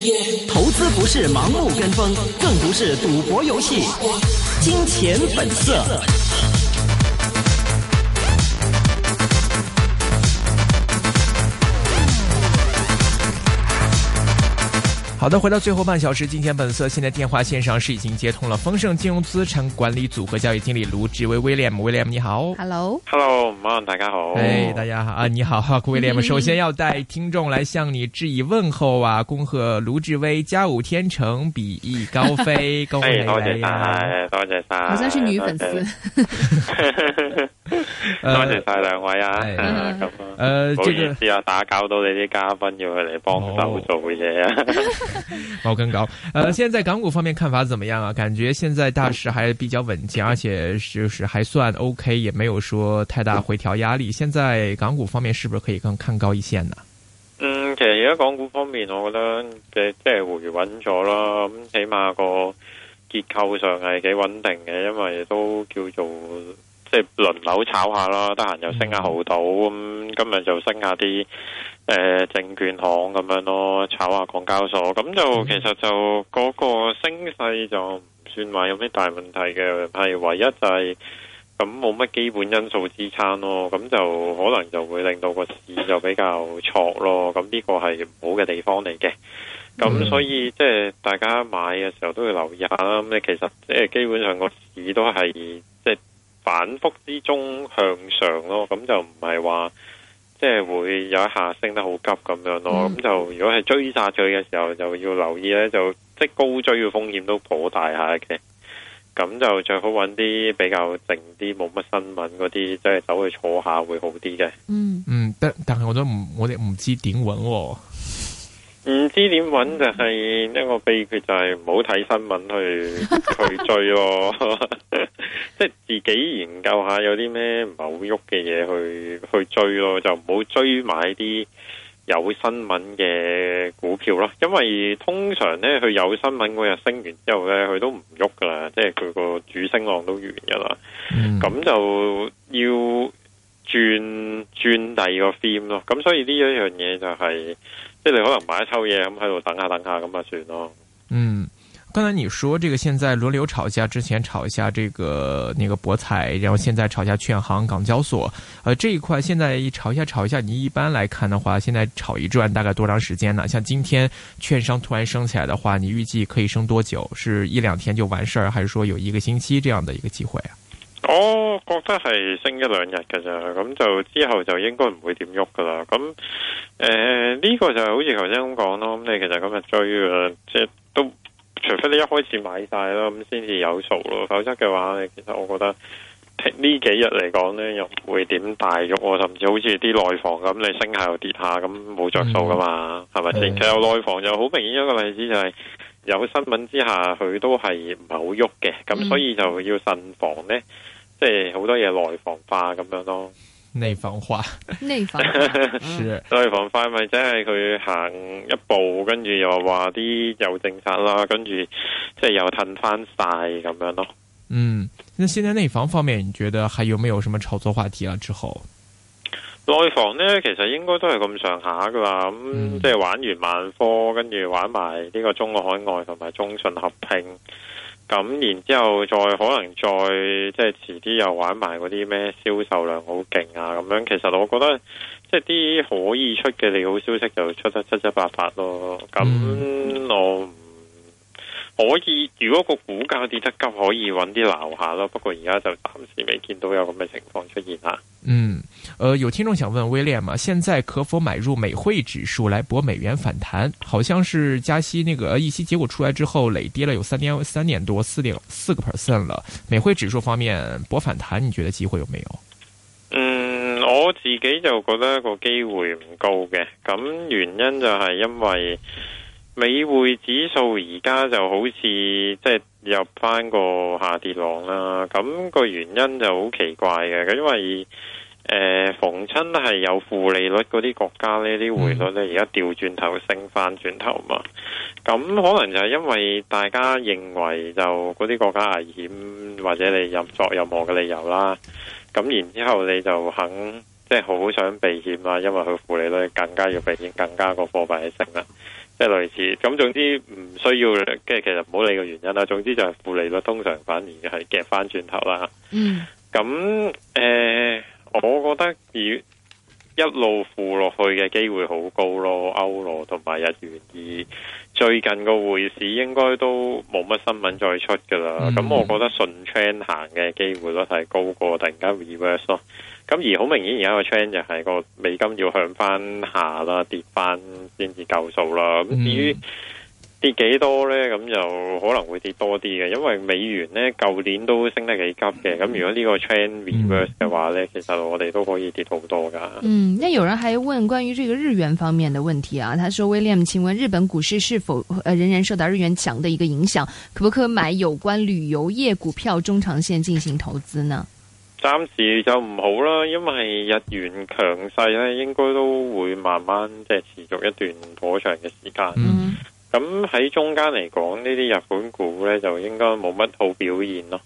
投资不是盲目跟风，更不是赌博游戏。金钱本色。好的，回到最后半小时，金钱本色。现在电话线上是已经接通了丰盛金融资产管理组合交易经理卢志威 William 你好。 Hello 大家好。 大家好啊，你好 William。 首先要带听众来向你致以問候啊，恭賀盧志威家武天成，比翼高飛。恭喜你啊， 多謝晒， 好像是女粉絲。 多謝晒兩位啊。咁唔好意思啊，打攪到你啲嘉賓要佢嚟幫手做嘢啊。 毛根高。现在港股方面看法怎么样啊？感觉现在大市还比较稳健，而且就是还算 OK， 也没有说太大回调壓力。现在港股方面是不是可以更看高一線呢？ 其實而家港股方面，我覺得即係回穩咗啦。咁起碼個結構上係幾穩定嘅，因為都叫做即係輪流炒下啦。得閒又升下濠賭，咁今日就升下啲證券行咁樣咯，炒下港交所。咁就其實就嗰個升勢就唔算話有咩大問題嘅，係唯一就係咁冇乜基本因素支撐咯，咁就可能就會令到個市就比較挫咯，咁呢個係唔好嘅地方嚟嘅。咁所以即係大家買嘅時候都要留意下啦。咁其實即係基本上個市都係即係反覆之中向上咯，咁就唔係話即係會有一下升得好急咁樣咯。咁就如果係追殺佢嘅時候，就要留意咧，就即係高追嘅風險都頗大下嘅。咁就最好揾啲比較靜啲，冇乜新聞嗰啲，即係走去坐下會好啲嘅。 但係我哋唔知點揾喎。 唔知點揾就係一個秘訣，就係唔好睇新聞去追咯。即係自己研究下有啲咩唔係好喐嘅嘢去追咯，就唔好追買啲有新聞嘅股票咯。因為通常咧，佢有新聞嗰日升完之後咧，佢都唔喐噶啦，即係佢個主升浪都完噶啦。咁就要轉第二個 theme 咯。咁所以呢一樣嘢就係即係你可能買一抽嘢咁喺度等下咁啊算咯。 剛才你說這個現在輪流炒一下，之前炒一下這個那個博彩，然後現在炒一下券行、港交所，這一塊現在炒一下，你一般來看的話，現在炒一轉大概多長時間呢？像今天券商突然升起來的話，你預計可以升多久？是一兩天就完事兒，還是說有一個星期這樣的一個機會啊？ 我覺得係升一兩日㗎咋，咁就之後就應該唔會點喐噶啦。咁呢個就係好似頭先咁講咯。咁你其實今日追嘅，即係都除非你一開始買晒啦，咁先至有數咯。否則嘅話，其實我覺得呢幾日嚟講呢，又唔會點大喐，甚至好似啲內房咁，你升下又跌下，咁冇着數噶嘛，係咪先？其實內房就好明顯一個例子就係有新聞之下，佢都係唔係好喐嘅，咁所以就要慎防呢。即係好多嘢內房化咁樣咯， 內房化是內房化咪即係佢行一步，跟住又話啲有政策啦，跟住即係又褪翻晒咁樣咯。 那現在內房方面，你覺得還有沒有什麼炒作話題啊？之後內房呢，其實應該都係咁上下噶啦，即係玩完萬科，跟住玩埋呢個中國海外同埋中信合併。咁然之後再可能再即係遲啲又玩埋嗰啲咩銷售量好勁啊咁樣，其實我覺得即係啲可以出嘅利好消息就出得七七八八咯。咁我可以，如果個股價跌得急，可以揾啲撈下咯。不過而家就暫時未見到有咁嘅情況出現啦。 有聽眾想問威廉嘛，現在可否買入美匯指數來博美元反彈？好像是加息那個議息結果出來之後，累跌了有3年多4.4%了。美匯指數方面博反彈，你覺得機會有沒有？ 我自己就覺得個機會唔高嘅。咁原因就係因為美匯指數而家就好似即係入翻個下跌浪啦。咁個原因就好奇怪嘅，因為逢親係有負利率嗰啲國家呢，啲匯率呢而家掉轉頭升翻轉頭嘛。咁可能就係因為大家認為就嗰啲國家危險，或者你作任何嘅理由啦。咁然之後你就肯即係好想避險啦，因為佢負利率更加要避險，更加個貨幣係升啦。 即係類似咁。總之唔需要，跟住其實唔好理個原因啦。總之就係負利率通常反而係夾翻轉頭啦。咁我覺得一路負落去嘅機會好高咯，歐羅同埋日元。而最近個匯市應該都冇乜新聞再出噶啦。咁我覺得順 trend 行嘅機會率係高過突然間 reverse 咯。咁而好明顯而家個 trend 就係個美金要向翻下啦，跌翻先至夠數啦。咁至於跌幾多呢？咁就可能會跌多啲嘅，因為美元呢舊年都升得幾急嘅。咁如果呢個 trend reverse 嘅話呢，其實我哋都可以跌好多噶。 那有人還問關於這個日元方面的問題啊，他說 William， 請問日本股市是否仍然受到日元強的一個影響？可不可以買有關旅遊業股票中長線進行投資呢？ 暫時就唔好啦，因為日元強勢咧，應該都會慢慢即係持續一段頗長嘅時間。咁喺中間嚟講，呢啲日本股咧就應該冇乜好表現咯。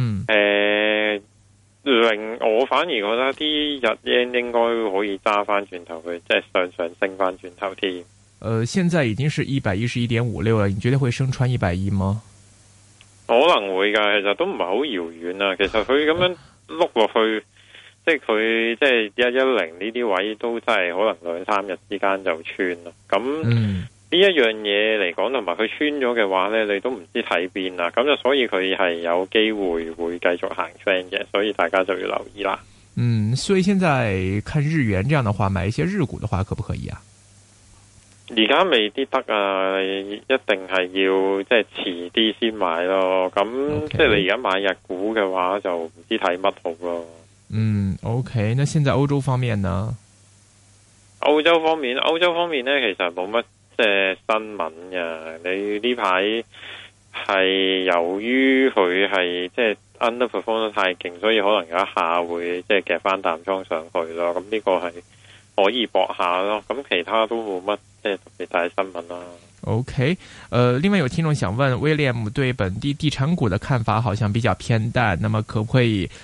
令我反而覺得啲日元應該可以揸翻轉頭去，即係上升翻轉頭添。 現在已經是111.56了，你覺得會升穿110嗎？ 可能會噶，其實都唔係好遙遠啊。其實佢咁樣碌落去，即係佢即係110呢啲位都真係可能2-3日之間就穿啦。咁呢一樣嘢嚟講，同埋佢穿咗嘅話呢，你都唔知睇邊啦。咁就所以佢係有機會會繼續行 trend 嘅，所以大家就要留意啦。 所以現在看日元這樣的話，買一些日股的話，可不可以啊？ 而家未必得啊，一定係要即係遲啲先買咯。咁即係你而家買日股嘅話，就唔知睇乜好咯。 OK。那現在歐洲方面呢？ 歐洲方面呢，其實冇乜即係新聞嘅。你呢排係由於佢係即係 underperform 得太勁，所以可能有一下會即係夾翻淡倉上去咯。咁呢個係可以搏下咯。咁其他都冇乜即係特別大新聞啦。 OK，另外有聽眾想問 William 對本地地產股的看法好像比較偏淡，那麼可不可以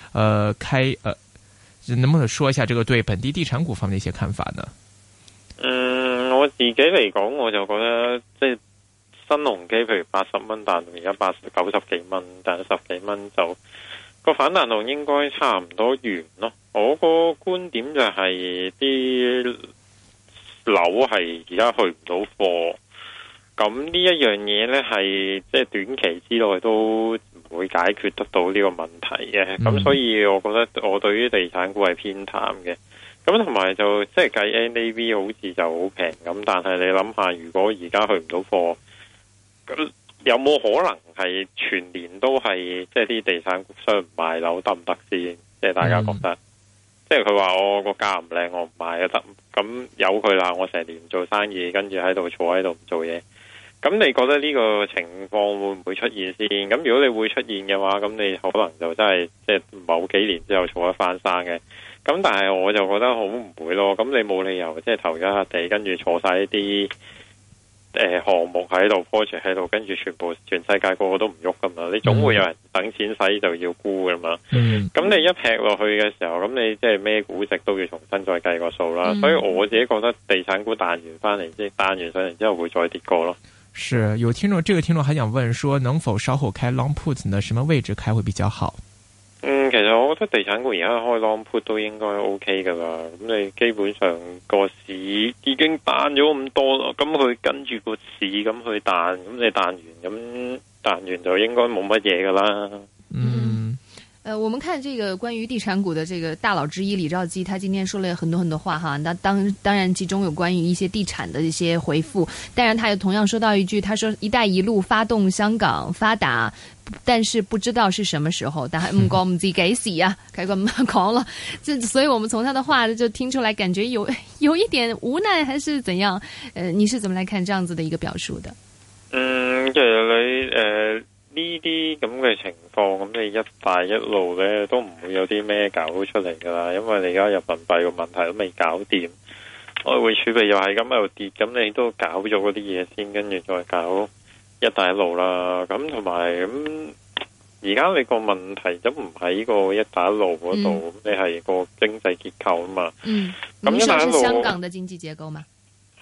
能不能說一下這個對本地地產股方面的一些看法呢？ 我自己嚟講，我就覺得即係新鴻基，譬如80蚊，但而家90幾蚊，但10幾蚊就個反彈浪應該差唔多完咯。我個觀點就係啲樓係而家去唔到貨，咁呢一樣嘢呢係即係短期之內都唔會解決得到呢個問題嘅。咁所以我覺得我對於地產股係偏淡嘅。咁同埋就即係計 NAV 好似就好平咁，但係你諗下，如果而家去唔到貨，咁有冇可能係全年都係即係啲地產商唔賣樓得唔得先？即係大家覺得，即係佢話我個價唔靚，我唔賣就得，咁由佢啦。我成年唔做生意，跟住喺度坐喺度唔做嘢。咁你覺得呢個情況會唔會出現先？咁如果你會出現嘅話，咁你可能就真係即係某幾年之後坐得翻生嘅。咁但係我就覺得好唔會咯。咁你冇理由即係投咗下地，跟住坐晒一啲項目喺度 project 喺度，跟住全世界個個都唔喐噶嘛。你總會有人等錢使就要沽噶嘛。咁你一劈落去嘅時候，咁你即係咩估值都要重新再計個數啦。所以我自己覺得地產股彈完翻嚟，即係彈完上嚟之後會再跌過咯。 是有聽眾，這個聽眾還想問說，能否稍後開 long put 呢？什麼位置開會比較好？ 其實我覺得地產股而家開 long put 都應該 OK 噶啦。咁你基本上個市已經彈咗咁多啦，咁佢跟住個市咁去彈，咁你彈完就應該冇乜嘢噶啦。 我們看這個關於地產股的這個大佬之一李兆基，他今天說了很多話哈。那當然其中有關於一些地產的一些回復，當然他也同樣說到一句，他說一帶一路發動香港發達，但是不知道是什麼時候，但係唔講唔知幾時啊，佢咁講了。所以我們從他的話就聽出來，感覺有一點無奈還是怎樣？你是怎麼來看這樣子的一個表述的？ 其實呢啲咁嘅情況，咁你一帶一路咧都唔會有啲咩搞出嚟噶啦，因為你而家人民幣個問題都未搞掂，外匯儲備又係咁喺度跌，咁你都搞咗嗰啲嘢先，跟住再搞一帶一路啦。咁同埋咁，而家你個問題都唔喺個一帶一路嗰度，你係個經濟結構啊嘛。 咁一帶一路係香港嘅經濟結構嘛？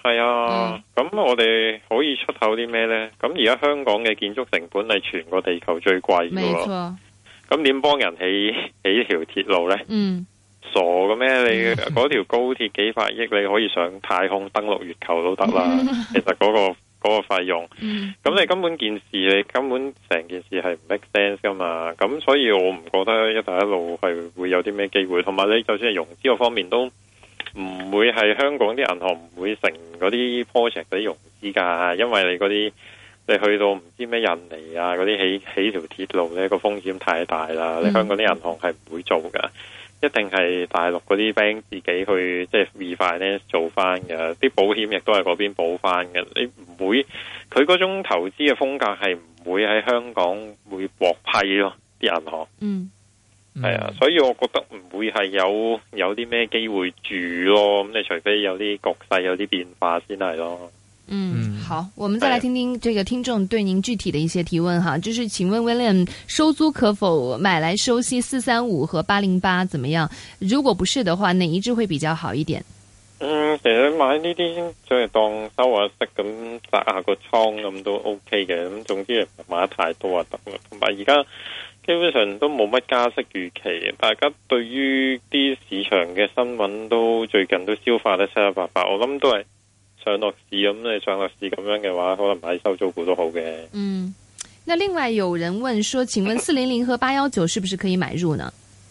係啊，咁我哋可以出口啲咩呢？咁而家香港嘅建築成本係全個地球最貴嘅， 沒錯。 咁點幫人起條鐵路呢？傻嘅咩？你嗰條高鐵幾百億，你可以上太空登陸月球都得啦。其實嗰個費用，咁你根本成件事係唔 make sense 噶嘛。咁所以我唔覺得一帶一路係會有啲咩機會。同埋你就算係融資嗰方面都唔會係香港啲銀行唔會成嗰啲 project 嗰啲融資噶，因為你嗰啲你去到唔知咩印尼啊嗰啲起條鐵路呢個風險太大啦。你香港啲銀行係唔會做噶。一定係大陸嗰啲 bank 自己去即係 refinance 做翻嘅，啲保險亦都係嗰邊保翻嘅。你唔會，佢嗰種投資嘅風格係唔會喺香港會獲批咯，啲銀行。係啊，所以我覺得唔會係有啲咩機會住咯。咁你除非有啲局勢有啲變化先係咯。 好，我們再來聽聽這個聽眾對您具體的一些提問哈，就是請問 William 收租可否買來收息435和808怎麼樣？如果不是的話，哪一支會比較好一點？ 其實買呢啲即係當收下息咁砸下個倉咁都 OK 嘅。咁總之唔買得太多就得啦。同埋而家基本上都冇乜加息預期，大家對於啲市場嘅新聞都最近都消化得七七八八，我諗都係上落市咁，你上落市咁樣嘅話，可能買收租股都好嘅。 那另外有人問說，請問400和819是不是可以買入呢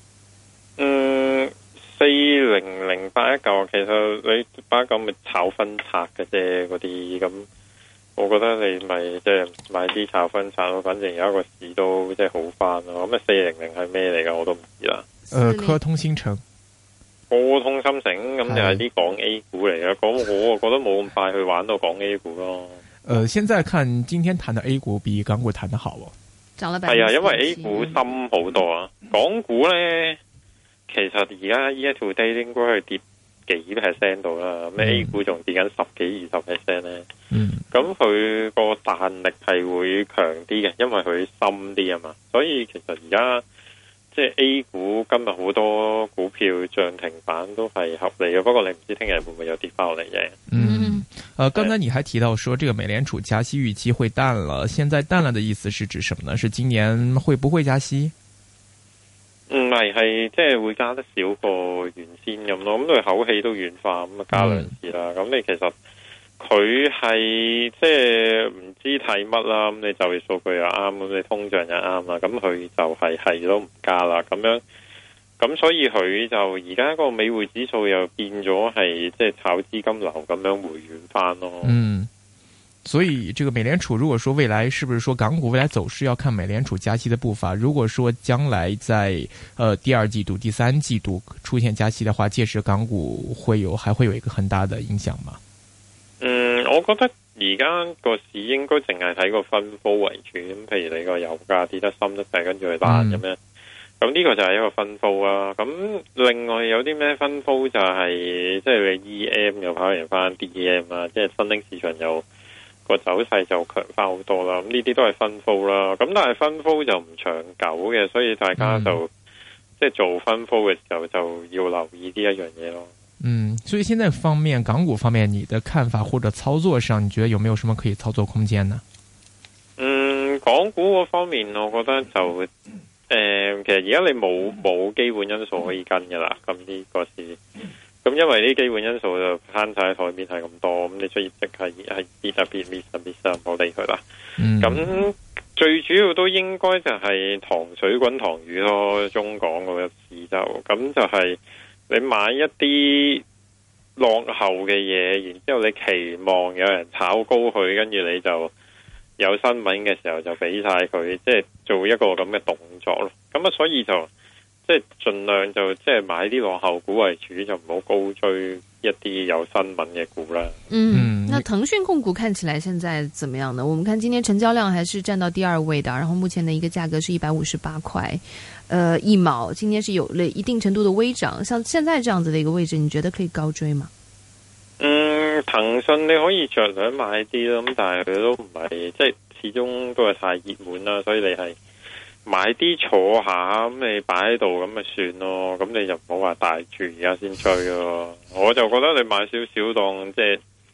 ？400、819，其實你819咪炒分拆嘅啫，嗰啲咁，我覺得你咪即係買啲炒分拆咯，反正有一個市都即係好翻咯。咁400係咩嚟噶？我都唔知啦。 科通新城。 科通芯城咁就係啲港 A 股嚟嘅，咁我覺得冇咁快去玩到港 A 股咯。 現在看今天談的 A 股比港股談得好哦。 漲了係啊，因為 A 股深好多啊，港股咧其實而家依一條 day 應該係跌幾 percent 度啦，咁 A 股仲跌緊10幾20% 咧。咁佢個彈力係會強啲嘅，因為佢深啲啊嘛，所以其實而家。即係 A 股今日好多股票漲停板都係合理嘅，不過你唔知聽日會唔會有跌翻落嚟嘅。 剛才你還提到說，這個美聯儲加息預期會淡了，現在淡了的意思是指什麼呢？是今年會不會加息？ 唔係即係會加得少過原先咁咯，咁佢口氣都軟化，咁啊加2次啦。咁你其實佢係即係唔知睇乜啦，咁你就業數據又啱，咁你通脹又啱啦，咁佢就係都唔加啦，咁樣，咁所以佢就而家個美匯指數又變咗係即係炒資金流咁樣回軟翻咯。 所以這個美聯儲如果說未來是不是說港股未來走勢要看美聯儲加息的步伐？如果說將來在第二季度、第三季度出現加息的話，屆時港股還會有一個很大的影響嗎？ 我覺得而家個市應該淨係睇個分佈為主，咁譬如你個油價跌得深得滯，跟住去彈咁樣，咁呢個就係一個分佈啦。咁另外有啲咩分佈就係即係你 EM 又跑贏翻 DEM 啊，即係新興市場又個走勢就強翻好多啦。咁呢啲都係分佈啦。咁但係分佈就唔長久嘅，所以大家就即係做分佈嘅時候就要留意呢一樣嘢咯。 所以現在方面，港股方面，你的看法或者操作上，你覺得有沒有什麼可以操作空間呢？ 港股嗰方面，我覺得就其實而家你冇基本因素可以跟噶啦，咁呢個是咁，因為啲基本因素就攤晒喺台面係咁多，咁你出業績係跌特別 miss 唔好理佢啦。咁最主要都應該就係糖水滾糖魚咯，中港嗰個市就咁就係。你買一啲落後嘅嘢，然之後你期望有人炒高佢，跟住你就有新聞嘅時候就俾晒佢，即係做一個咁嘅動作咯。咁啊，所以就即係盡量就即係買啲落後股為主，就唔好高追一啲有新聞嘅股啦。 那騰訊控股看起來現在怎麼樣呢？我們看今天成交量還是佔到第2位的，然後目前的一個價格是158塊。1毛，今天是有了一定程度的微漲，像現在這樣子的一個位置，你覺得可以高追嗎？ 騰訊你可以着兩買啲咯，咁但係佢都唔係，即係始終都係太熱門啦，所以你係買啲坐下，咁你擺喺度咁咪算咯，咁你就唔好話大住而家先追咯。我就覺得你買少少當即係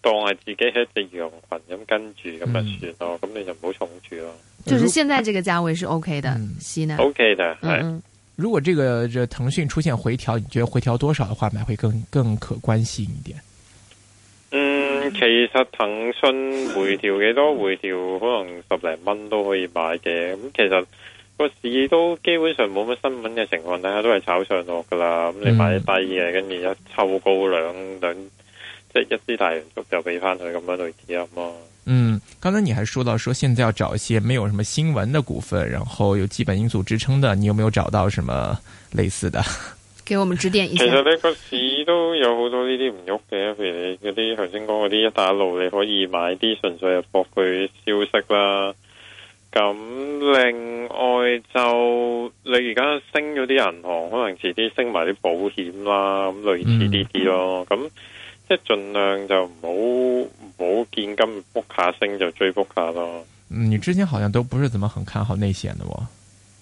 當係自己係一隻羊群咁跟住咁咪算咯，咁你就唔好重住咯。 就是現在這個價位是 OK 的，西呢 OK 的，係。 如果這個騰訊出現回調，你覺得回調多少的話買會更可觀性一點？ 其實騰訊回調幾多？回調可能10零蚊都可以買嘅。咁其實個市都基本上冇乜新聞嘅情況底下，都係炒上落噶啦。咁你買低嘅，跟住一抽高兩即係一支大陽燭就俾翻佢咁樣類似咁咯。 剛才你還說到說現在要找一些沒有什麼新聞的股份，然後有基本因素支撐的，你有沒有找到什麼類似的？ 給我們指點一下。 其實呢個市都有好多呢啲唔喐嘅，譬如你嗰啲頭先講嗰啲一帶一路，你可以買啲純粹係博佢消息啦。咁另外就你而家升咗啲銀行，可能遲啲升埋啲保險啦，咁類似呢啲咯。咁即係盡量就唔好見今卜下升就追卜下咯。你之前好像都不是怎麼很看好內險的喎。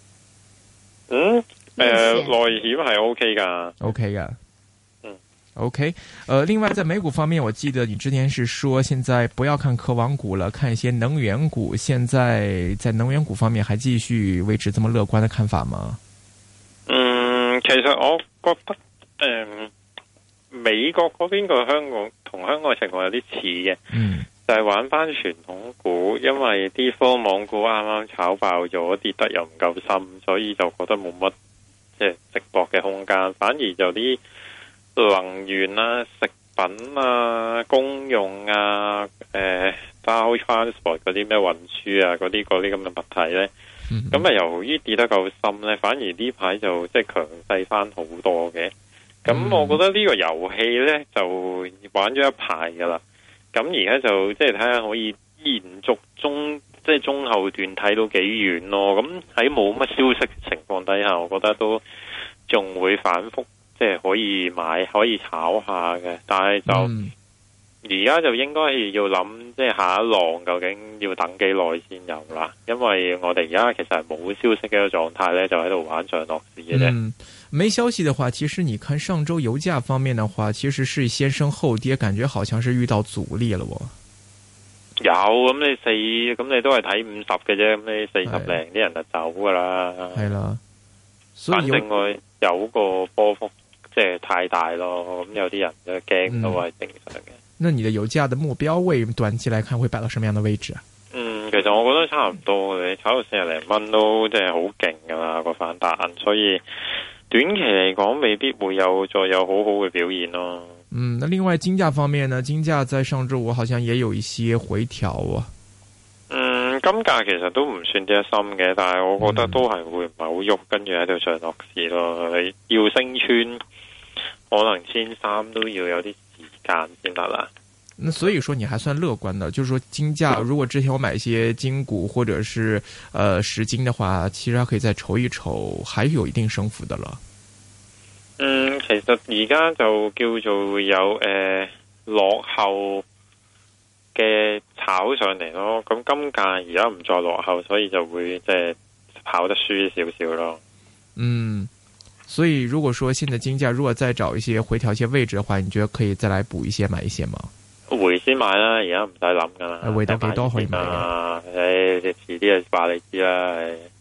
內險係 OK 噶 ，OK 噶，OK。另外在美股方面，我記得你之前是說現在不要看科網股了，看一些能源股。現在在能源股方面，還繼續維持這麼樂觀的看法嗎？ 其實我覺得美國嗰邊個香港同香港嘅情況有啲似嘅，就係玩翻傳統股，因為啲科網股啱啱炒爆咗，跌得又唔夠深，所以就覺得冇乜即係值博嘅空間，反而就啲能源啊、食品啊、公用啊、包 transport 嗰啲咩運輸啊嗰啲咁嘅物體呢，咁啊由於跌得夠深呢，反而呢排就即係強勢翻好多嘅。咁我覺得呢個遊戲呢，就玩咗一排噶啦，咁而家就即係睇下可以延續即係中後段睇到幾遠咯。咁喺冇乜消息嘅情況底下，我覺得都仲會反覆，即係可以買可以炒下嘅。但係就而家就應該要諗，即係下一浪究竟要等幾耐先有啦。因為我哋而家其實係冇消息嘅一個狀態呢，就喺度玩上落市嘅啫。 沒消息的話，其實你看上周油價方面的話，其實是先升後跌，感覺好像是遇到阻力了喎。 有咁你都係睇50嘅啫，咁你40零啲人就走噶啦。係啦，所以另外有個波幅即係太大咯，咁有啲人就驚都係正常嘅。那你的油價的目標位短期來看會擺到什麼樣的位置啊？ 其實我覺得差唔多，你炒到40零蚊都即係好勁噶啦個反彈，所以短期嚟講未必會再有好好嘅表現咯。 那另外金價方面呢？金價在上周五好像也有一些回調啊。 金價其實都唔算跌得深嘅，但係我覺得都係會唔係好喐，跟住喺度上落市咯。你要升穿可能1300都要有啲時間先得啦。 那所以說你還算樂觀的，就是說金價如果之前我買一些金股或者是實金的話，其實還可以再瞅一瞅，還有一定升幅的了。 其實而家就叫做有落後嘅炒上嚟咯。咁金價而家唔再落後，所以就會即係跑得輸少少咯。 所以如果說現在金價如果再找一些回調一些位置的話，你覺得可以再來補一些買一些嗎？ 回先買啦，而家唔使諗噶啦。 回到幾多可以買啊？ 遲啲就話你知啦。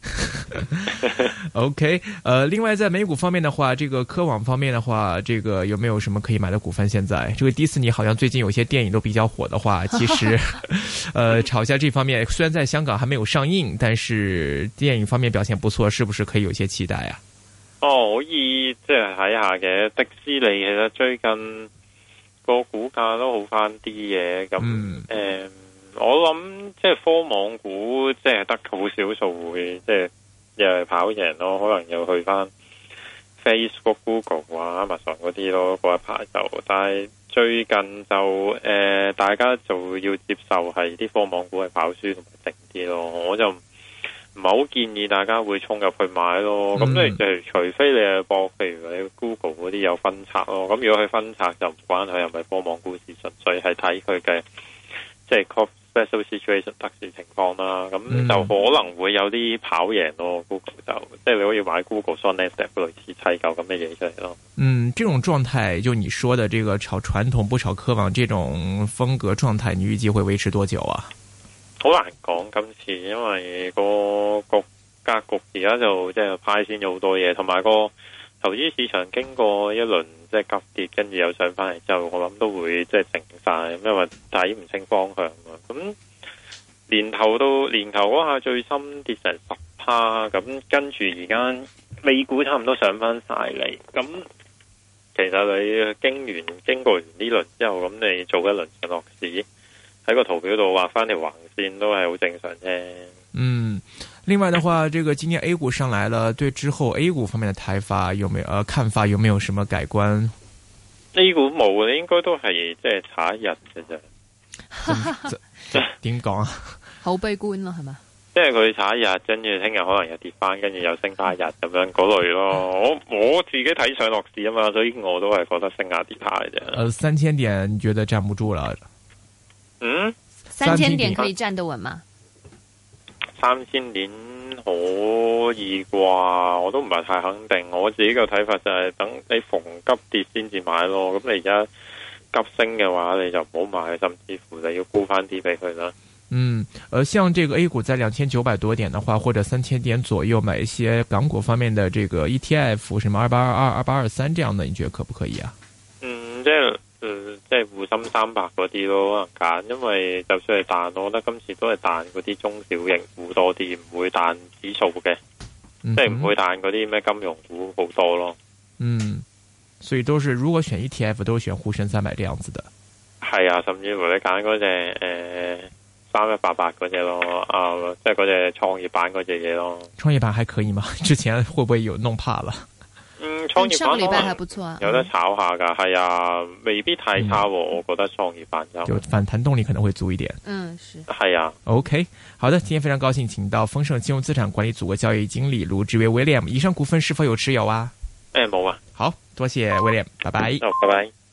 OK，另外在美股方面的話，這個科網方面的話，這個有沒有什麼可以買的股份？現在這個迪士尼好像最近有些電影都比較火的話，其實炒一下這方面，雖然在香港還沒有上映，但是電影方面表現不錯，是不是可以有些期待啊？ 可以即係睇下嘅。迪士尼其實最近個股價都好翻啲嘅，咁我諗即係科網股即係得好少數會即係又係跑贏咯，可能又去翻 Facebook、Google 啊、Amazon 嗰啲咯，嗰一排就。但係最近就大家就要接受係啲科網股係跑輸同埋定啲咯，我就唔係好建議大家會衝入去買咯。咁你就除非你係博，譬如你 Google 嗰啲有分拆咯。咁如果佢分拆就唔關佢係咪科網股市，純粹係睇佢嘅即係 cost special situation 特殊情況啦，咁就可能會有啲跑贏咯。Google 就即係你可以買 Google Sonnet 類似砌嚿咁嘅嘢出嚟咯。 這種狀態就你說的這個炒傳統不炒科網這種風格狀態，你預計會維持多久啊？ 好難講今次，因為個格局而家就即係派先咗好多嘢，同埋個投資市場經過一輪即係急跌，跟住又上翻嚟之後，我諗都會即係靜晒，因為睇唔清方向啊。咁年頭嗰下最深跌成10%，咁跟住而家美股差唔多上翻晒嚟。咁其實你經過完呢輪之後，咁你做一輪上落市喺個圖表度畫翻條橫線都係好正常啫。 另外的話，這個今年 A 股上來了，對之後 A 股方面的睇法看法有沒有什麼改觀 ？A 股冇嘅，應該都係即係炒一日嘅啫。 點講啊？ 好悲觀咯，係嘛？ 即係佢炒一日，跟住聽日可能又跌翻，跟住又升翻一日咁樣嗰類咯。我自己睇上落市啊嘛，所以我都係覺得升下跌下嘅啫。 3000點你覺得站不住了 ？3000點可以站得穩嗎 ？3000點可以啩，我都唔係太肯定。我自己嘅睇法就係等你逢急跌先至買咯。咁你而家急升嘅話，你就唔好買，甚至乎你要沽翻啲俾佢啦。 像這個 A 股在2900多點的話，或者3000點左右買一些港股方面的這個 ETF，什麼2822、2823這樣的，你覺得可不可以啊？即係滬深300嗰啲咯，可能揀，因為就算係彈，我覺得今次都係彈嗰啲中小型股多啲，唔會彈指數嘅，即係唔會彈嗰啲咩金融股好多咯。所以都是如果選 ETF 都選滬深300這樣子的。係啊，甚至乎你揀嗰隻3188嗰隻咯，即係嗰隻創業板嗰隻嘢咯。創業板還可以嗎？之前會不會有弄怕了？創業板上個禮拜還不錯啊，有得炒下噶，係啊，未必太差，我覺得創業板就反彈動力可能會足一點。是，係啊。OK， 好的，今天非常高興請到豐盛金融資產管理組嘅交易經理盧志威 William， 以上股份是否有持有啊？冇啊。好多謝 William， 拜拜。拜拜。